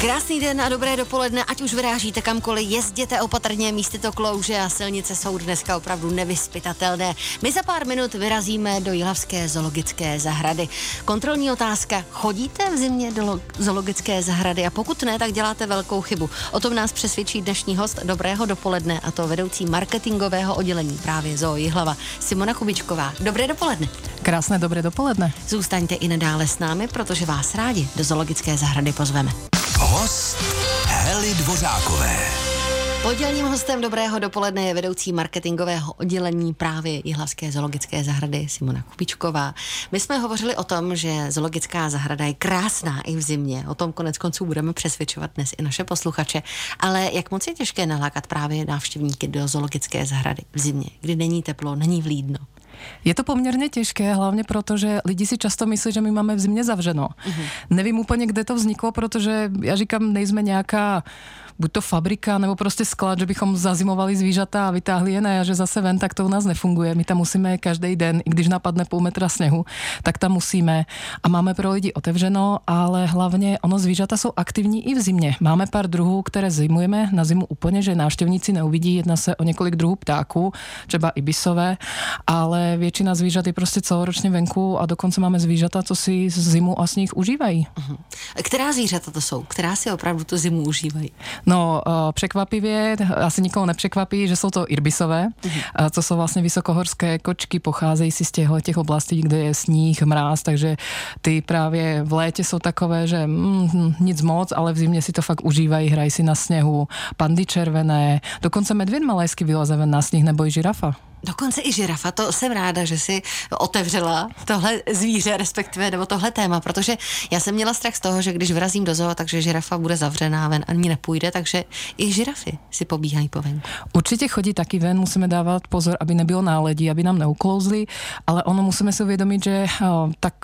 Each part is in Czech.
Krásný den a dobré dopoledne, ať už vyrážíte kamkoliv, jezděte opatrně, místy to klouže a silnice jsou dneska opravdu nevyzpytatelné. My za pár minut vyrazíme do Jihlavské zoologické zahrady. Kontrolní otázka, chodíte v zimě do zoologické zahrady a pokud ne, tak děláte velkou chybu. O tom nás přesvědčí dnešní host dobrého dopoledne a to vedoucí marketingového oddělení právě Zoo Jihlava, Simona Kubičková. Dobré dopoledne. Krásné dobré dopoledne. Zůstaňte i nadále s námi, protože vás rádi do zoologické zahrady pozveme. Host Hely Dvořákové. Podělním hostem dobrého dopoledne je vedoucí marketingového oddělení právě Jihlavské zoologické zahrady Simona Kubičková. My jsme hovořili o tom, že zoologická zahrada je krásná i v zimě. O tom konec konců budeme přesvědčovat dnes i naše posluchače. Ale jak moc je těžké nalákat právě návštěvníky do zoologické zahrady v zimě, kdy není teplo, není vlídno? Je to poměrně těžké, hlavně proto, že lidi si často myslí, že my máme v zimě zavřeno. Nevím úplně, kde to vzniklo, protože já říkám, nejsme nějaká buď to fabrika, nebo prostě sklad, že bychom zazimovali zvířata a vytáhli je na jaře zase ven, tak to u nás nefunguje. My tam musíme každý den, i když napadne půl metra sněhu, tak tam musíme a máme pro lidi otevřeno, ale hlavně zvířata jsou aktivní i v zimě. Máme pár druhů, které zimujeme na zimu úplně, že návštěvníci neuvidí, jedná se o několik druhů ptáků, třeba ibisové, ale většina zvířat je prostě celoročně venku a dokonce máme zvířata, co si zimu a sníh užívají. Která zvířata to jsou? Která si opravdu tu zimu užívají? No, překvapivě, asi nikoho nepřekvapí, že jsou to irbisové, co jsou vlastně vysokohorské kočky, pocházejí si z těch oblastí, kde je sníh, mráz, takže ty právě v létě jsou takové, že nic moc, ale v zimě si to fakt užívají, hrají si na sněhu, pandy červené, dokonce medvěd malajský vyleze ven na sníh, nebo i žirafa. Dokonce i žirafa, to jsem ráda, že si otevřela tohle zvíře, respektive nebo tohle téma, protože já jsem měla strach z toho, že když vrazím do zoo, takže žirafa bude zavřená ven, ani nepůjde, takže i žirafy si pobíhají po venku. Určitě chodí taky ven, musíme dávat pozor, aby nebylo náledí, aby nám neuklouzli, ale musíme si uvědomit, že tak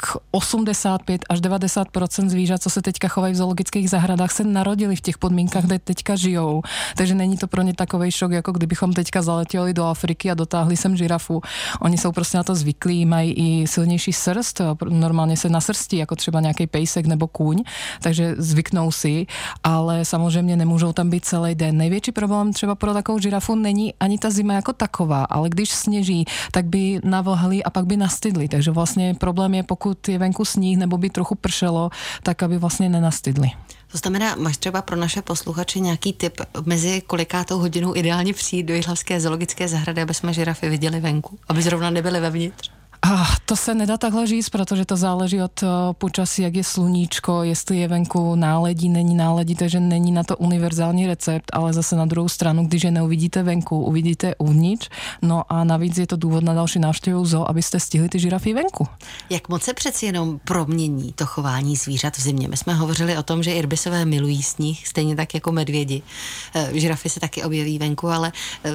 85 až 90% zvířat, co se teďka chovají v zoologických zahradách, se narodili v těch podmínkách, kde teďka žijou, takže není to pro ně takovej šok, jako kdybychom teďka zaletěli do Afriky a dotáhli jsem žirafu. Oni jsou prostě na to zvyklí, mají i silnější srst, normálně se nasrstí, jako třeba nějaký pejsek nebo kůň, takže zvyknou si, ale samozřejmě nemůžou tam být celý den. Největší problém třeba pro takovou žirafu není ani ta zima jako taková, ale když sněží, tak by navlhli a pak by nastydli. Takže vlastně problém je, pokud je venku sníh nebo by trochu pršelo, tak aby vlastně nenastydli. To znamená, máš třeba pro naše posluchače nějaký tip, mezi kolikátou hodinou ideálně přijít do Jihlavské zoologické zahrady, aby jsme žirafy viděli venku, aby zrovna nebyly vevnitř? To se nedá takhle říct, protože to záleží od počasí, jak je sluníčko, jestli je venku náledí, není náledí, takže není na to univerzální recept, ale zase na druhou stranu, když je neuvidíte venku, uvidíte uvnitř, no a navíc je to důvod na další návštěvu zoo, abyste stihli ty žirafy venku. Jak moc se přeci jenom promění to chování zvířat v zimě? My jsme hovořili o tom, že irbisové milují sníh, stejně tak jako medvědi. Žirafy se taky objeví venku, ale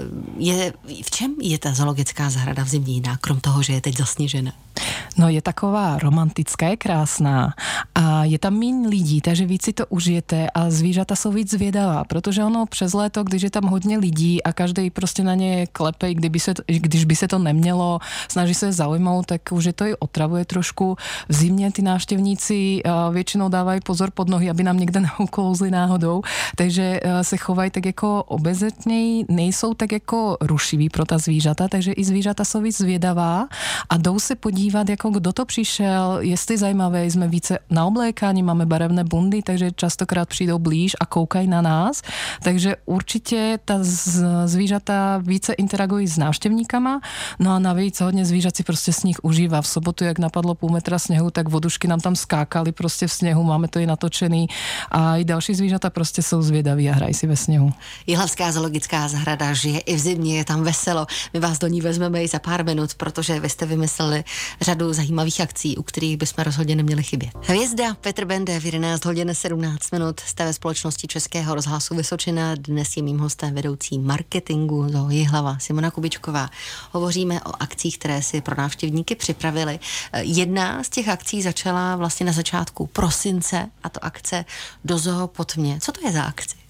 v čem je ta zoologická zahrada v zimě jiná, krom toho, že je teď zasněžená? No, je taková romantická, je krásná a je tam méně lidí, takže víc si to užijete a zvířata jsou víc zvědavá, protože přes léto, když je tam hodně lidí a každý prostě na ně klepe, když by se to nemělo, snaží se zaujmout, tak už je to i otravuje trošku. V zimě ty návštěvníci většinou dávají pozor pod nohy, aby nám někde neuklouzli náhodou, takže se chovají tak jako obezřetněji, nejsou tak jako rušiví pro ta zvířata, takže i zvířata jsou víc zvědavá a jdou se podívat, jako kdo to přišel, jestli zajímavé, jsme více na oblékání, máme barevné bundy, takže častokrát přijdou blíž a koukají na nás, takže určitě ta zvířata více interagují s návštěvníkama, no a navíc hodně zvířat si prostě sníh užívá. V sobotu, jak napadlo půl metra sněhu, tak vodušky nám tam skákaly prostě v sněhu, máme to i natočený a i další zvířata prostě jsou zvědaví a hrají si ve sněhu. Jihlavská zoologická zahrada žije i v zimě, je tam veselo. My vás do ní vezmeme i za pár minut, protože vy jste vymysleli řadu zajímavých akcí, u kterých bychom rozhodně neměli chybět. Hvězda Petr Bende v 11 hodin 17 minut jste ve společnosti Českého rozhlasu Vysočina. Dnes je mým hostem vedoucí marketingu Zoo Jihlava Simona Kubičková. Hovoříme o akcích, které si pro návštěvníky připravili. Jedna z těch akcí začala vlastně na začátku prosince a to akce Do zoo pod mě. Co to je za akci?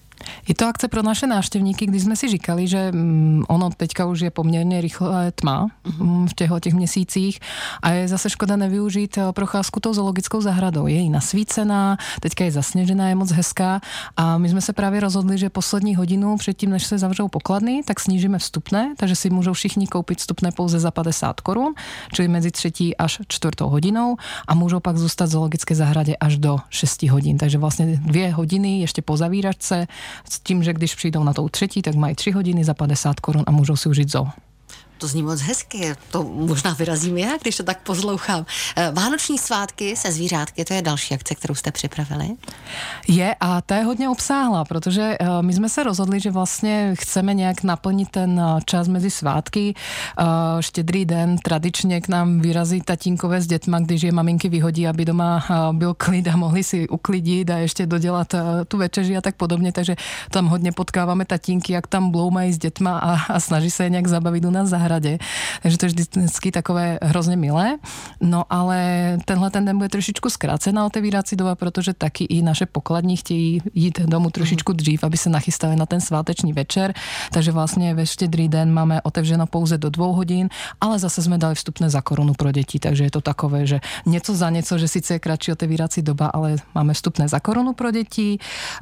Je to akce pro naše návštěvníky, když jsme si říkali, že ono teďka už je poměrně rychle tma v těch měsících a je zase škoda nevyužít procházku tou zoologickou zahradou. Je i nasvícená, teďka je zasněžená, je moc hezká a my jsme se právě rozhodli, že poslední hodinu předtím, než se zavřou pokladny, tak snížíme vstupné, takže si můžou všichni koupit vstupné pouze za 50 korun, čili mezi 3. až 4. hodinou a můžou pak zůstat v zoologické zahradě až do 6 hodin. Takže vlastně 2 hodiny ještě po zavíračce s tím, že když přijdou na tou 3., tak mají 3 hodiny za 50 korun a můžou si užít zoo. To zní moc hezky, to možná vyrazím já, když to tak poslouchám. Vánoční svátky se zvířátky, to je další akce, kterou jste připravili? Je a ta je hodně obsáhlá, protože my jsme se rozhodli, že vlastně chceme nějak naplnit ten čas mezi svátky. Štědrý den tradičně k nám vyrazí tatínkové s dětma, když je maminky vyhodí, aby doma byl klid a mohli si uklidit a ještě dodělat tu večeři a tak podobně, takže tam hodně potkáváme tatínky, jak tam bloumají s dětma a snaží se je nějak zabavit u nás zahradě. Takže to je vždycky takové hrozně milé. No ale tenhle ten den bude trošičku zkrácená otevírací doba, protože taky i naše pokladní chtějí jít domů trošičku dřív, aby se nachystali na ten sváteční večer. Takže vlastně ve Štědrý den máme otevřeno pouze do 2 hodin, ale zase jsme dali vstupné za korunu pro děti, takže je to takové, že něco za něco, že sice je kratší otevírací doba, ale máme vstupné za korunu pro děti.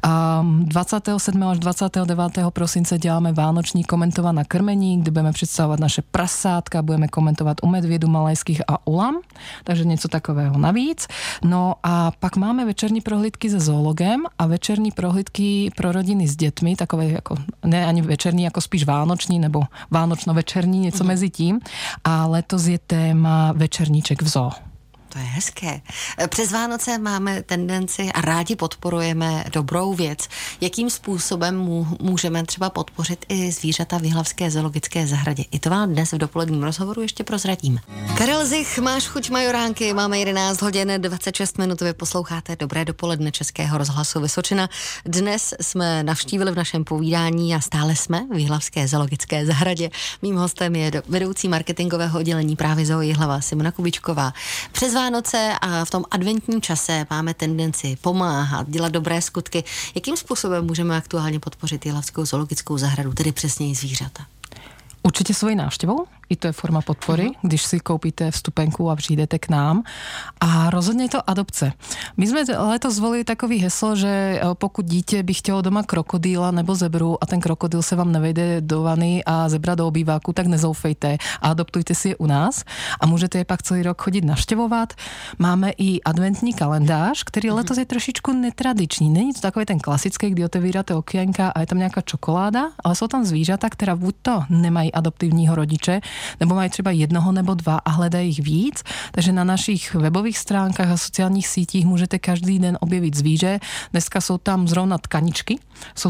27. až 29. prosince děláme vánoční komentovaná krmení, kde budeme představovat naše prasátka, budeme komentovat u medvědu malajských a ulam, takže něco takového navíc. No a pak máme večerní prohlídky se zoologem a večerní prohlídky pro rodiny s dětmi, takové jako, ne ani večerní, jako spíš vánoční nebo vánočno-večerní, něco mezi tím. A letos je téma večerníček v zoo. To je hezké. Přes Vánoce máme tendenci a rádi podporujeme dobrou věc. Jakým způsobem můžeme třeba podpořit i zvířata v Jihlavské zoologické zahradě? I to vám dnes v dopoledním rozhovoru ještě prozradíme. Karel Zich, máš chuť majoránky, máme 11 hodin 26 minut, vy posloucháte Dobré dopoledne Českého rozhlasu Vysočina. Dnes jsme navštívili v našem povídání a stále jsme v Jihlavské zoologické zahradě. Mým hostem je vedoucí marketingového oddělení právě Zoo Jihlava Simona Kubičková. Přes Vánoce a v tom adventním čase máme tendenci pomáhat, dělat dobré skutky. Jakým způsobem můžeme aktuálně podpořit Jihlavskou zoologickou zahradu, tedy přesněji zvířata? Určitě svojí návštěvou, i to je forma podpory, když si koupíte vstupenku a přijdete k nám. A rozhodně je to adopce. My jsme letos zvolili takový heslo, že pokud dítě by chtělo doma krokodýla nebo zebru a ten krokodýl se vám nevejde do vany a zebra do obýváku, tak nezoufejte a adoptujte si je u nás a můžete je pak celý rok chodit navštěvovat. Máme i adventní kalendář, který letos je trošičku netradiční. Není to takový ten klasický, kdy otevíráte okénka a je tam nějaká čokoláda, ale jsou tam zvířata, která buď to nemají adoptivního rodiče, nebo mají třeba 1 nebo 2 a hledají jich víc. Takže na našich webových stránkách a sociálních sítích můžete každý den objevit zvíře. Dneska jsou tam zrovna tkaničky. Jsou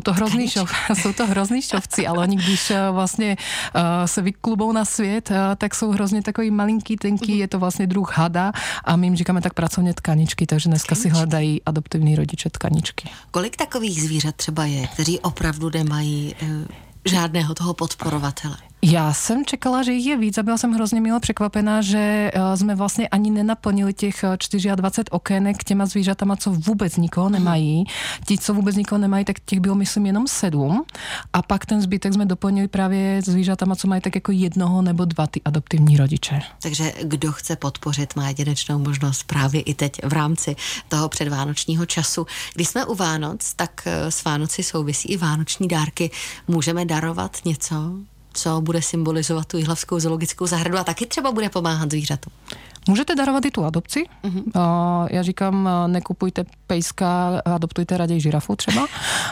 to hrozný šovci, ale oni, když vlastně se vyklubou na svět, tak jsou hrozně takový malinký, tenký, je to vlastně druh hada a my jim říkáme tak pracovně tkaničky, takže dneska si hledají adoptivní rodiče tkaničky. Kolik takových zvířat třeba je, kteří opravdu nemají žádného toho podporovatele? Já jsem čekala, že jich je víc a byla jsem hrozně mile překvapená, že jsme vlastně ani nenaplnili těch 24 okének těma zvířatama, co vůbec nikoho nemají. Ti, co vůbec nikoho nemají, tak těch bylo, myslím, jenom 7. A pak ten zbytek jsme doplnili právě zvířatama, co mají tak jako 1 nebo 2 ty adoptivní rodiče. Takže kdo chce podpořit, má jedinečnou možnost právě i teď v rámci toho předvánočního času. Když jsme u Vánoc, tak s Vánoci souvisí i vánoční dárky. Můžeme darovat něco, co bude symbolizovat tu Jihlavskou zoologickou zahradu a taky třeba bude pomáhat zvířatům. Můžete darovat i tu adopci. Já říkám, nekupujte pejska, adoptujte raději žirafu třeba.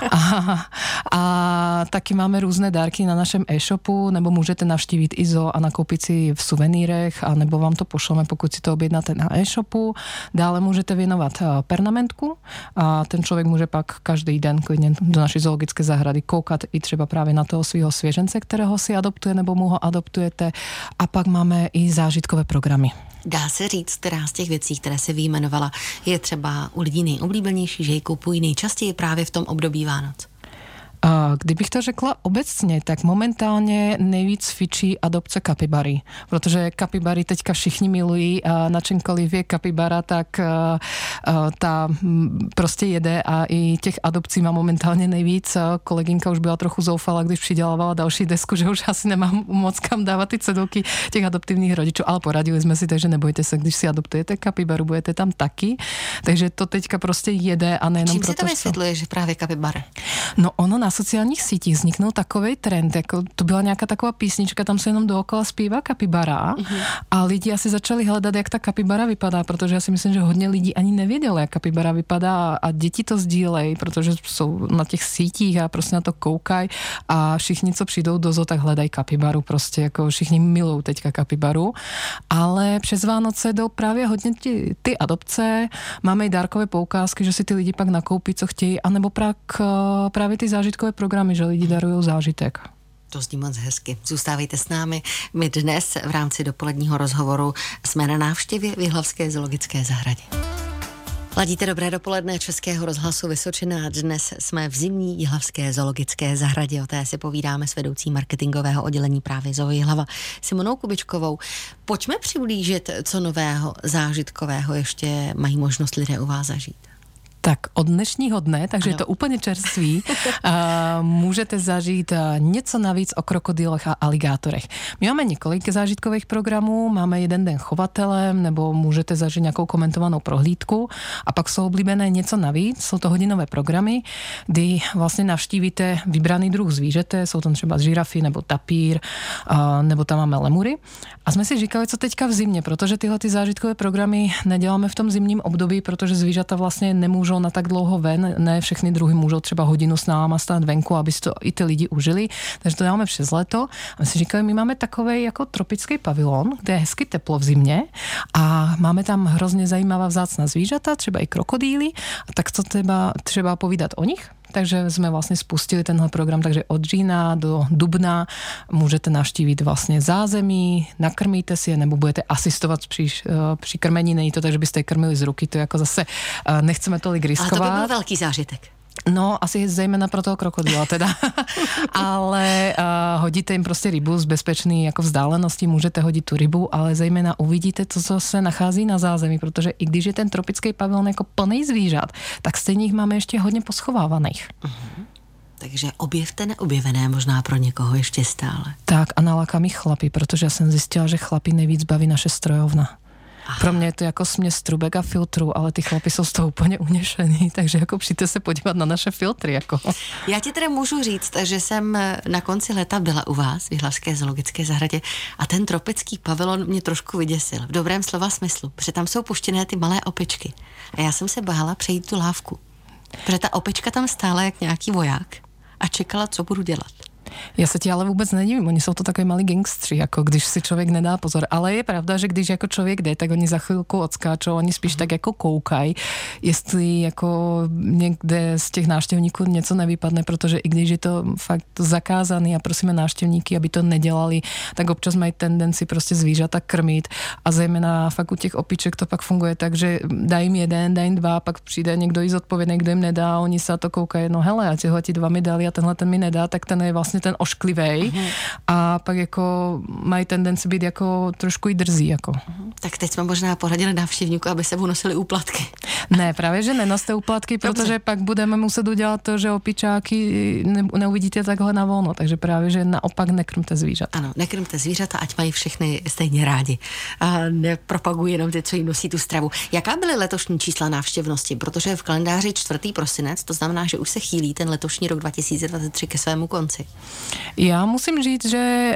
A taky máme různé dárky na našem e-shopu, nebo můžete navštívit i zoo a nakoupit si v suvenýrech, a nebo vám to pošleme, pokud si to objednáte na e-shopu. Dále můžete věnovat pernamentku a ten člověk může pak každý den klidně do naší zoologické zahrady koukat i třeba právě na toho svého svěřence, kterého si adoptuje, nebo mu ho adoptujete. A pak máme i zážitkové programy. Dá se říct, která z těch věcí, které se vyjmenovala, je třeba u lidí nejoblíbenější, že ji kupují nejčastěji právě v tom období Vánoc? Kdybych to řekla obecně, tak momentálně nejvíc fičí adopce kapibary, protože kapibary teďka všichni milují a na čemkoliv je kapibara, tak ta prostě jede a i těch adopcí má momentálně nejvíc. Kolegynka už byla trochu zoufala, když přidělávala další desku, že už asi nemám moc kam dávat ty cedulky těch adoptivních rodičů, ale poradili jsme si, takže nebojte se, když si adoptujete kapibaru, budete tam taky. Takže to teďka prostě jede a nejenom proto. Čím si to vysvětluje, že právě kapibara? No ono na sociálních sítích vzniknul takový trend, jako to byla nějaká taková písnička, tam se jenom dookola zpívá kapibara a lidi asi začali hledat, jak ta kapibara vypadá, protože já si myslím, že hodně lidí ani nevědělo, jak kapibara vypadá a děti to sdílejí, protože jsou na těch sítích a prostě na to koukají a všichni, co přijdou do zoo, tak hledají kapibaru, prostě jako všichni milují teďka kapibaru, ale přes Vánoce jdou právě hodně ty adopce, máme i dárkové poukázky, že si ty lidi pak nakoupí, co chtějí, anebo právě ty zážitkové programy, že lidi darují zážitek. To zní moc hezky. Zůstávejte s námi. My dnes v rámci dopoledního rozhovoru jsme na návštěvě v Jihlavské zoologické zahradě. Ladíte dobré dopoledne Českého rozhlasu Vysočina. Dnes jsme v zimní Jihlavské zoologické zahradě. O té si povídáme s vedoucí marketingového oddělení právě Zoo Jihlava Simonou Kubičkovou. Pojďme přiblížit, co nového zážitkového ještě mají možnost lidé u vás zažít. Tak od dnešního dne, takže ano. Je to úplně čerství, můžete zažít něco navíc o krokodýlech a aligátorech. My máme několik zážitkových programů, máme jeden den chovatelem, nebo můžete zažít nějakou komentovanou prohlídku a pak jsou oblíbené něco navíc, jsou to hodinové programy, kdy vlastně navštívíte vybraný druh zvířete, jsou tam třeba žirafy nebo tapír, nebo tam máme lemury. A jsme si říkali, co teďka v zimě, protože tyhle ty zážitkové programy neděláme v tom zimním období, protože zvířata vlastně nemůžou na tak dlouho ven, ne všechny druhy můžou třeba hodinu s náma stát venku, aby si to i ty lidi užili, takže to děláme přes léto. A my si říkali, my máme takovej jako tropický pavilon, kde je hezky teplo v zimě a máme tam hrozně zajímavá vzácná zvířata, třeba i krokodýly, a tak to třeba povídat o nich. Takže jsme vlastně spustili tenhle program, takže od října do dubna můžete navštívit vlastně zázemí, nakrmíte si je, nebo budete asistovat při krmení, není to tak, že byste je krmili z ruky, to jako zase nechceme tolik riskovat. Ale to by byl velký zážitek. No, asi zejména pro toho krokodýla teda. Ale hodíte jim prostě rybu z bezpečný jako vzdálenosti, můžete hodit tu rybu, ale zejména uvidíte to, co se nachází na zázemí, protože i když je ten tropický pavilon jako plný zvířat, tak stejně jich máme ještě hodně poschovávaných. Takže objevte neobjevené možná pro někoho ještě stále. Tak a nalákám ich chlapi, protože já jsem zjistila, že chlapi nejvíc baví naše strojovna. Aha. Pro mě je to jako směs trubek a filtrů, ale ty chlapi jsou z toho úplně uněšený, takže jako přijďte se podívat na naše filtry. Jako. Já ti teda můžu říct, že jsem na konci léta byla u vás v Jihlavské zoologické zahradě a ten tropický pavilon mě trošku vyděsil, v dobrém slova smyslu, protože tam jsou puštěné ty malé opičky a já jsem se bála přejít tu lávku, protože ta opička tam stála jak nějaký voják a čekala, co budu dělat. Já se ti ale vůbec nedivím, oni jsou to takový malí gangstři, jako když si člověk nedá pozor. Ale je pravda, že když jako člověk jde, tak oni za chvilku odskáčou, oni spíš tak jako koukají, jestli jako někde z těch návštěvníků něco nevypadne, protože i když je to fakt zakázaný a prosíme návštěvníky, aby to nedělali, tak občas mají tendenci prostě zvířata krmit a zejména fakt u těch opiček to pak funguje tak, že dají jim jeden, dají jim dva, pak přijde někdo jí zodpovědný, kdo jim nedá, oni se to koukají, no hele, a tihle ti dva mi dali a tenhle ten mi nedá, tak ten je vlastně ten ošklivej a pak jako mají tendenci být jako trošku i drzí. Jako. Tak teď jsme možná poradili návštěvníku, aby sebou nosili úplatky. Ne, právě, že nenoste úplatky, protože pak budeme muset udělat to, že opičáky neuvidíte takhle na volno, takže právě, že naopak nekrmte zvířata. Ano, nekrmte zvířata, ať mají všechny stejně rádi. A nepropagují jenom ty, co jim nosí tu stravu. Jaká byly letošní čísla návštěvnosti? Protože v kalendáři 4. prosinec, to znamená, že už se chýlí ten letošní rok 2023 ke svému konci. Já musím říct, že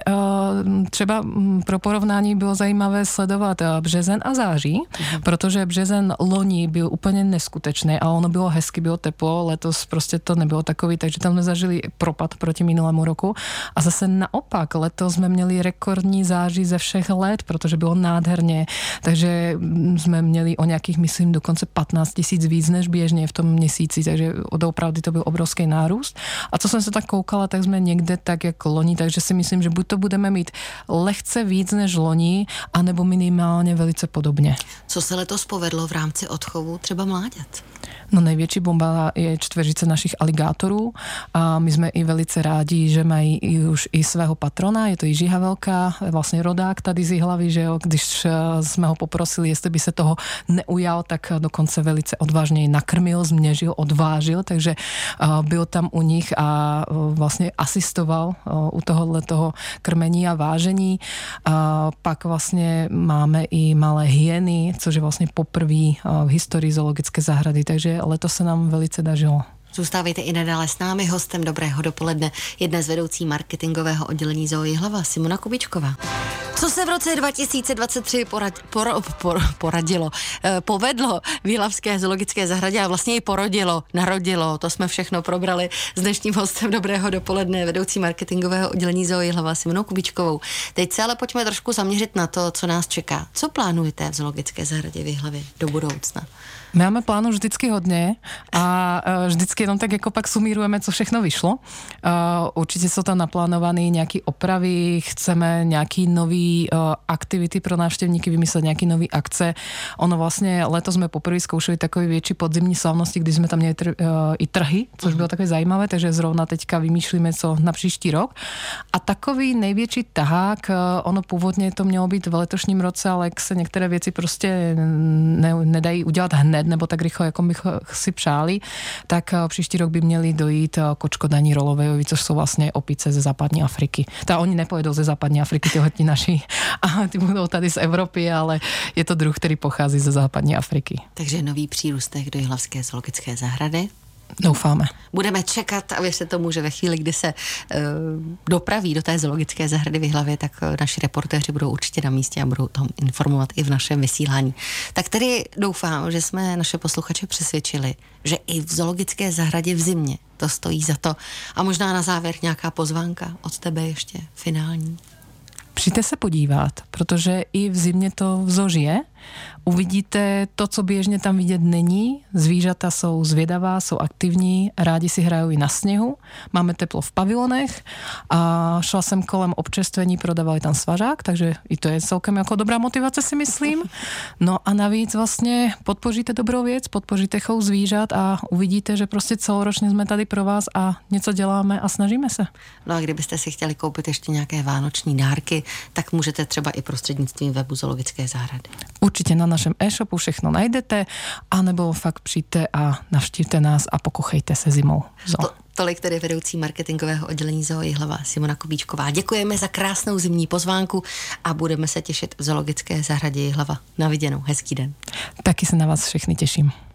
třeba pro porovnání bylo zajímavé sledovat březen a září, protože březen loni byl úplně neskutečný a ono bylo hezky, bylo teplo, letos prostě to nebylo takový, takže tam jsme zažili propad proti minulému roku a zase naopak, letos jsme měli rekordní září ze všech let, protože bylo nádherně, takže jsme měli o nějakých, myslím, dokonce 15 000 víc než běžně v tom měsíci, takže opravdu to byl obrovský nárůst a co jsem se tak koukala, tak jsme někde nejde tak jako loni, takže si myslím, že buď to budeme mít lehce víc než loni, anebo minimálně velice podobně. Co se letos povedlo v rámci odchovu třeba mláďat? No největší bomba je čtveřice našich aligátorů a my jsme i velice rádi, že mají už i svého patrona, je to Jiří Havelka, vlastně rodák tady z Jihlavy, že jo, když jsme ho poprosili, jestli by se toho neujal, tak dokonce velice odvážně nakrmil, změřil, odvážil, takže byl tam u nich a vlastně asistoval u tohoto krmení a vážení. A pak vlastně máme i malé hyeny, což je vlastně poprvé v historii zoologické zahrady, takže letos se nám velice dařilo. Zůstávejte i nadále s námi. Hostem Dobrého dopoledne jedna z vedoucí marketingového oddělení Zoo Jihlava, Simona Kubíčková. Co se v roce 2023 povedlo v Jihlavské zoologické zahradě a vlastně i narodilo. To jsme všechno probrali s dnešním hostem Dobrého dopoledne, vedoucí marketingového oddělení Zoo Jihlava, Simonou Kubíčkovou. Teď se ale pojďme trošku zaměřit na to, co nás čeká. Co plánujete v zoologické zahradě v Jihlavě do budoucna? Máme plánu vždycky hodně a vždycky jenom tak jako pak sumírujeme, co všechno vyšlo. Určitě jsou tam naplánované nějaké opravy, chceme nějaký nový aktivity pro návštěvníky, vymyslet nějaký nový akce. Ono vlastně letos jsme poprvé zkoušeli takové větší podzimní slavnosti, kdy jsme tam měli i trhy, což bylo takové zajímavé, takže zrovna teďka vymýšlíme co na příští rok. A takový největší tahák, ono původně to mělo být v letošním roce, ale jak se některé věci prostě nedají udělat hned, nebo tak rychle, jako bych si přáli, tak příští rok by měli dojít kočkodaní rolovéjovi, což jsou vlastně opice ze západní Afriky. Oni nepojedou ze západní Afriky, tyhleti naši, a ty budou tady z Evropy, ale je to druh, který pochází ze západní Afriky. Takže nový přírůstek do Jihlavské zoologické zahrady. Doufáme. Budeme čekat a věřte tomu, že ve chvíli, kdy se dopraví do té zoologické zahrady v Jihlavě, tak naši reportéři budou určitě na místě a budou tom informovat i v našem vysílání. Tak tedy doufám, že jsme naše posluchače přesvědčili, že i v zoologické zahradě v zimě to stojí za to. A možná na závěr nějaká pozvánka od tebe ještě finální. Přijďte se podívat, protože i v zimě to v zoo žije. Uvidíte to, co běžně tam vidět není. Zvířata jsou zvědavá, jsou aktivní, rádi si hrajou i na sněhu. Máme teplo v pavilonech a šla jsem kolem občerstvení, prodávali tam svařák, takže i to je celkem jako dobrá motivace, si myslím. No a navíc vlastně podpoříte dobrou věc, podpoříte chov zvířat a uvidíte, že prostě celoročně jsme tady pro vás a něco děláme a snažíme se. No a kdybyste si chtěli koupit ještě nějaké vánoční dárky, tak můžete třeba i prostřednictvím webu zoologické zahrady. Určitě na našem e-shopu všechno najdete, anebo fakt přijďte a navštívte nás a pokochejte se zimou. Tolik tedy vedoucí marketingového oddělení Zoo Jihlava Simona Kubíčková. Děkujeme za krásnou zimní pozvánku a budeme se těšit v zoologické zahradě Jihlava. Na viděnou, hezký den. Taky se na vás všechny těším.